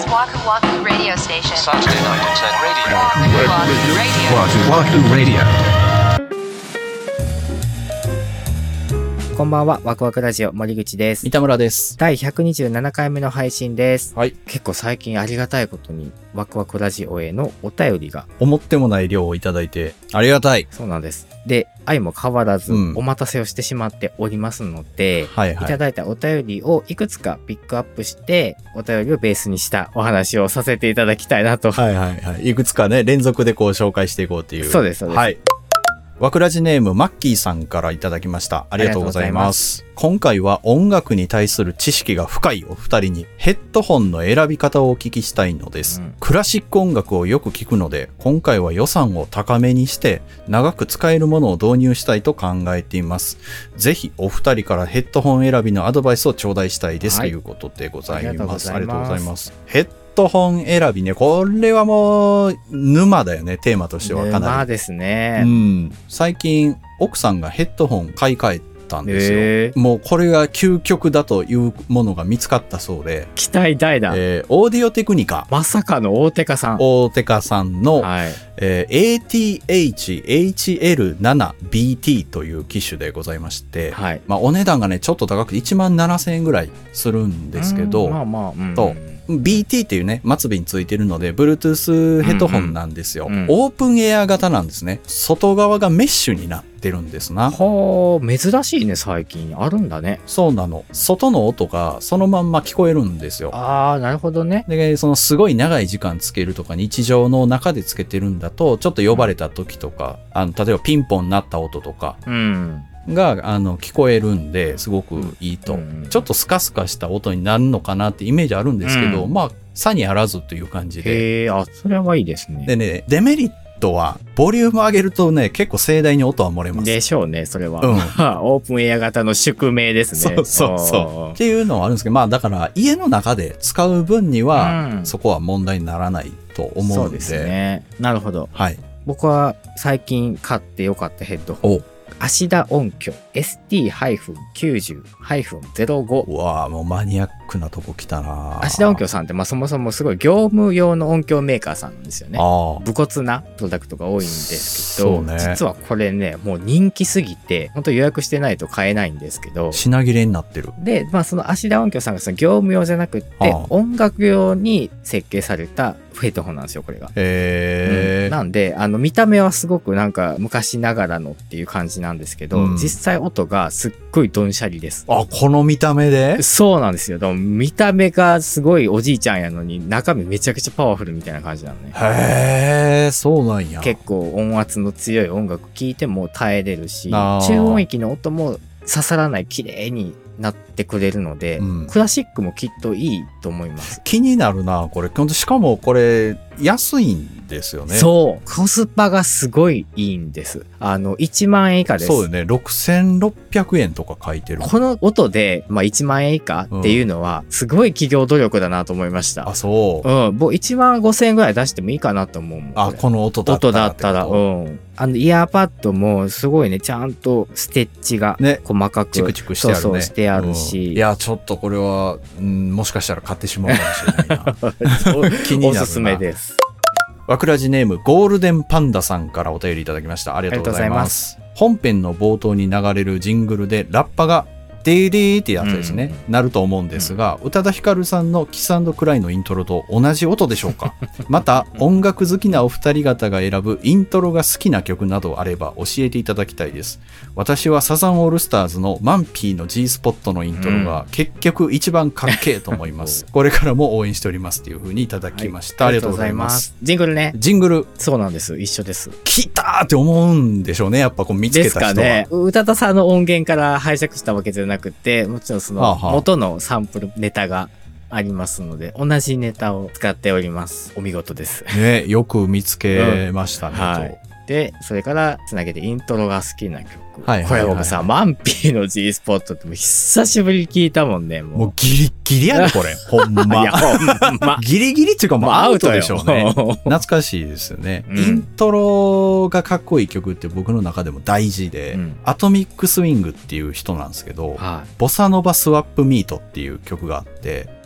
Waku Waku Radio Station. Saturday night at 10 radio. Waku Waku Radio. こんばんは、ワクワクラジオ森口です。 三田村です。 第127回目の配信です。 はい。 結構最近ありがたいことにワクワクラジオへのお便りが思ってもない量をいただいてありがたい。 そうなんです。で、相も変わらずお待たせをしてしまっておりますので、いただいたお便りをいくつかピックアップしてお便りをベースにしたお話をさせていただきたいなと。 いくつかね連続でこう紹介していこうっていう。 そうです。はい。 ワクラジネームマッキーさんからいただきました。ありがとうございます。今回は音楽に対する知識が深いお二人にヘッドホンの選び方をお聞きしたいのです。クラシック音楽をよく聞くので、今回は予算を高めにして長く使えるものを導入したいと考えています。ぜひお二人からヘッドホン選びのアドバイスを頂戴したいです、ということでございます。ありがとうございます。ヘッドホン選びね、これはもう沼だよね、テーマとしてはかなり。 沼ですね。 最近奥さんがヘッドホン買い替えたんですよ。もうこれが究極だというものが見つかったそうで、 期待大だ。 オーディオテクニカ、 まさかの大手家さんの、ATH-HL7BT という機種でございまして、お値段がねちょっと高くて17,000円ぐらいするんですけど、BT っていうね末尾についてるので Bluetooth ヘッドホンなんですよ。オープンエア型なんですね。外側がメッシュになってるんですな。 はあ、珍しいね。最近あるんだね。 そうなの。外の音がそのまんま聞こえるんですよ。 ああ、なるほどね。 で、そのすごい長い時間つけるとか日常の中でつけてるんだと、ちょっと呼ばれた時とか、例えばピンポン鳴った音とか、が聞こえるんですごくいいと、ちょっとスカスカした音になるのかなってイメージあるんですけど、まあ差にあらずという感じで。 へえ、あ、それはいいですね。 でね、デメリットはボリューム上げるとね結構盛大に音は漏れますでしょうね。それは、オープンエア型の宿命ですね。 そうっていうのはあるんですけど、まあだから家の中で使う分には、そこは問題にならないと思うので。そうですね。 なるほど。 はい。 僕は最近買ってよかったヘッドホン、芦田音響 ST-90-05。 うわぁ、もうマニアックなとこ来たな。 芦田音響さんってそもそもすごい業務用の音響メーカーさんなんですよね。武骨なプロダクトが多いんですけど、実はこれねもう人気すぎて本当予約してないと買えないんですけど、 品切れになってる。 で、その芦田音響さんがその業務用じゃなくって音楽用に設計されたヘッドホンなんですよ、これが。なんで見た目はすごくなんか昔ながらのっていう感じなんですけど、実際音がすっごいどんしゃりです。 あ、この見た目で？ そうなんですよ。でも見た目がすごいおじいちゃんやのに中身めちゃくちゃパワフルみたいな感じなのね。 へー、そうなんや。 結構音圧の強い音楽聴いても耐えれるし、中音域の音も刺さらない、綺麗になってくれるので、クラシックもきっといいと思います。 気になるなこれ。しかもこれ安いんですよね。 そう、コスパがすごいいいんです。1万円以下です。 そうよね。6600円とか書いてる。 この音で、1万円以下っていうのはすごい企業努力だなと思いました。 あ、そう。 僕1万5000円ぐらい出してもいいかなと思うもん。 あ、この音だったら。 イヤーパッドもすごいね、ちゃんとステッチが細かく、 チクチクしてあるね。 そうしてあるし、 いやちょっとこれは、もしかしたら買ってしまうかもしれないな。気になるな。 おすすめです。 ワクラジネームゴールデンパンダさんからお便りいただきました。ありがとうございます。本編の冒頭に流れるジングルでラッパがデーデーってやつですね、なると思うんですが、宇多田ヒカルさんのキス&クライのイントロと同じ音でしょうか？また音楽好きなお二人方が選ぶイントロが好きな曲などあれば教えていただきたいです。私はサザンオールスターズのマンピーの G スポットのイントロが結局一番かっけえと思います。これからも応援しておりますという風にいただきました。ありがとうございます。 ジングルね。 ジングル。 そうなんです。一緒です。 来たーって思うんでしょうね。やっぱこう見つけた人は。 ですかね。宇多田さんの音源から拝借したわけじゃなくて、もちろんその元のサンプルネタがありますので、同じネタを使っております。お見事です。 ね、よく見つけましたね。 で、それからつなげてイントロが好きな曲。これ僕さ、マンピーの G スポットって久しぶりに聞いたもんね。 もうギリギリやね、これ。ほんま。いや、ほんま。ギリギリっていうかもうアウトでしょうね。懐かしいですよね。イントロがかっこいい曲って僕の中でも大事で、アトミックスイングっていう人なんですけど、ボサノバスワップミートっていう曲があって、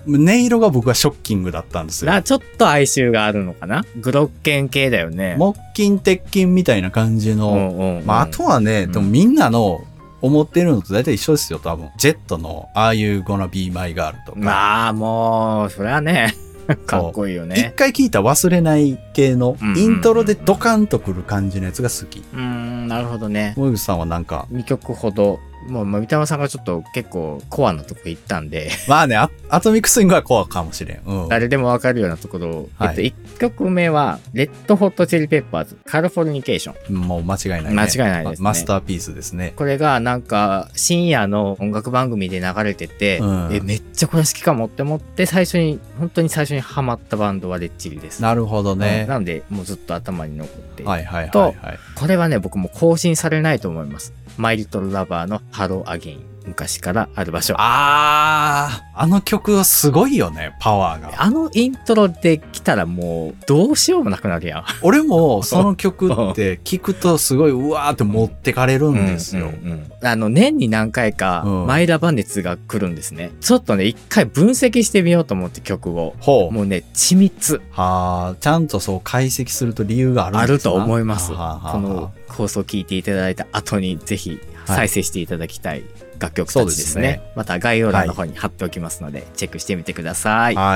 音色が僕はショッキングだったんですよ。 ちょっと哀愁があるのかな。グロッケン系だよね。 木琴鉄琴みたいな感じの、まああとはね、でもみんなの思ってるのと大体一緒ですよ、多分。ジェットのAre You Gonna Be My Girl とか。 まあもう、それはね、かっこいいよね。 一回聞いたら忘れない系の、イントロでドカンとくる感じのやつが好き。 なるほどね。 森口さんはなんか。 2曲ほど。もう、三玉さんがちょっと結構コアなとこ行ったんで。 まあね、アトミックスイングはコアかもしれん。 誰でもわかるようなところ。1曲目は、レッドホットチェリーペッパーズ、カリフォルニケーション。 もう間違いないね。 間違いないですね。 マスターピースですね。 これがなんか、深夜の音楽番組で流れてて、めっちゃこれ好きかもって思って、本当に最初にハマったバンドはレッチリです。 なるほどね。 なので、もうずっと頭に残っている。 と、 これはね、僕も更新されないと思います。マイリトルラバーのハローアゲイン。昔からある場所。 あの曲はすごいよね、パワーが。 あのイントロで来たらもうどうしようもなくなるやん。 俺もその曲って聞くとすごいうわーって持ってかれるんですよ。 年に何回かマイラバ熱が来るんですね。ちょっとね、一回分析してみようと思って曲を。もうね、緻密。 ちゃんとそう解析すると理由があるんですか？ あると思います。この放送聞いていただいた後にぜひ再生していただきたい。楽曲たちですね。また概要欄の方に貼っておきますので、チェックしてみてください。 はい。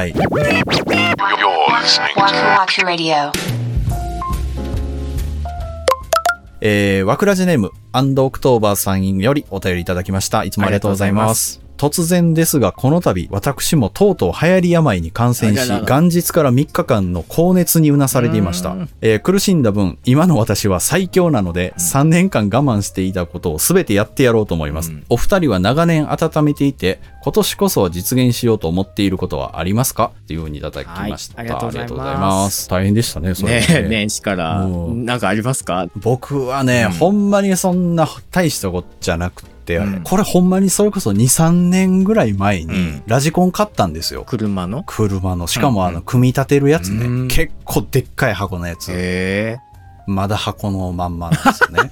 わくらじネームアンドオクトーバーさんよりお便りいただきました。いつもありがとうございます。突然ですが、この度、私もとうとう流行り病に感染し、元日から3日間の高熱にうなされていました。苦しんだ分、今の私は最強なので、3年間我慢していたことを全てやってやろうと思います。お二人は長年温めていて、今年こそは実現しようと思っていることはありますかっていう風にいただきました。ありがとうございます。大変でしたね、それね。 年始から、なんかありますか？ 僕はね、ほんまにそんな大したことじゃなくて、これほんまにそれこそ2、3年ぐらい前にラジコン買ったんですよ。 車の。 しかも組み立てるやつね。結構でっかい箱のやつ。まだ箱のまんまなんですよね。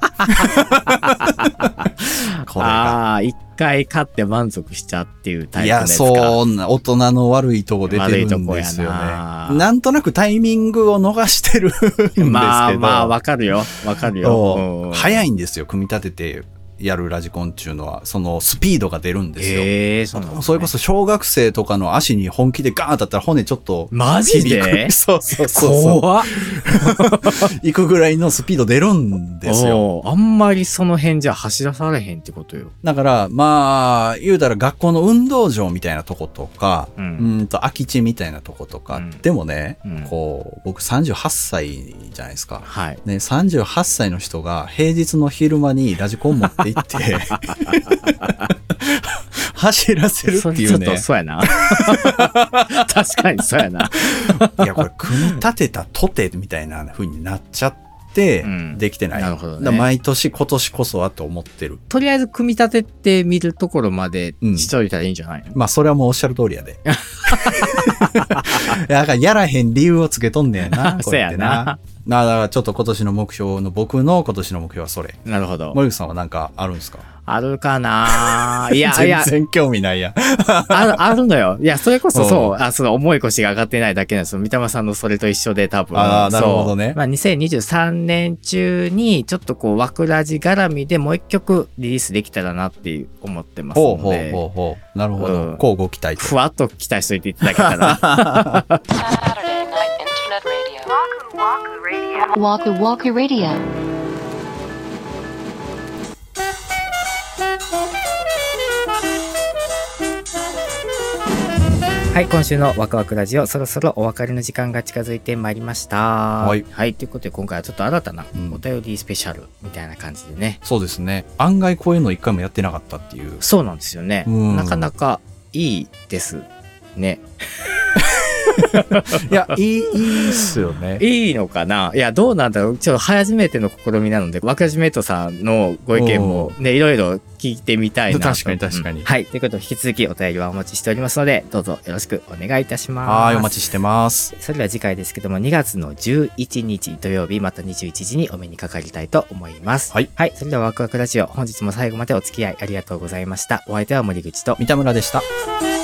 これが。 一回買って満足しちゃっていうタイプのやつか。 いや、そんな大人の悪いとこ出てるんですよね。なんとなくタイミングを逃してるんですけど。 まあ、わかるよ。 早いんですよ、組み立てて。やるラジコンっていうのは、そのスピードが出るんですよ。それこそ小学生とかの足に本気でガーン当たったら骨ちょっと。 マジで？ そう。怖っ。行くぐらいのスピード出るんですよ。 あんまりその辺じゃ走らされへんってことよ。 だから、まあ、言うたら学校の運動場みたいなとことか、空き地みたいなとことか、でもね、僕38歳じゃないですか。ね、38歳の人が平日の昼間にラジコン持って行って走らせるっていうね。 ちょっとそうやな。確かにそうやな。 いや、これ組み立てたとてみたいな風になっちゃってできてない。 なるほどね。 毎年今年こそはと思ってる。 とりあえず組み立ててみるところまでしといたらいいんじゃないの？ まあそれはもうおっしゃる通りやで。だからやらへん理由をつけとんねんな。 そうやな。 だからちょっと今年の目標の僕の今年の目標はそれ。 なるほど。 森口さんは何かあるんですか？ あるかないや、 全然興味ないや。 あるのよ。いや、それこそそう、その重い腰が上がってないだけなんですよ。三玉さんのそれと一緒で多分。 なるほどね。 まあ、2023年中に、ちょっとこう、わくらじ絡みでもう一曲リリースできたらなって思ってますので。 ほう。なるほど。こうご期待と。 ふわっと期待しといていただけたら。 Waku Waku Radio. はい、今週のワクワクラジオ、そろそろお別れの時間が近づいてまいりました。はい、ということで今回はちょっと新たなお便りスペシャルみたいな感じでね。 そうですね。案外こういうの一回もやってなかったっていう。 そうなんですよね。なかなかいいですね。 いや、いいっすよね。 いいのかな？いや、どうなんだろう。ちょっと初めての試みなので、ワクラジメイトさんのご意見もね、いろいろ聞いてみたいな。 確かに。 はい。ということで、引き続きお便りはお待ちしておりますので、どうぞよろしくお願いいたします。 はい、お待ちしてます。 それでは次回ですけども、2月の11日土曜日、また21時にお目にかかりたいと思います。はい。それではワクワクラジオ、本日も最後までお付き合いありがとうございました。お相手は森口と三田村でした。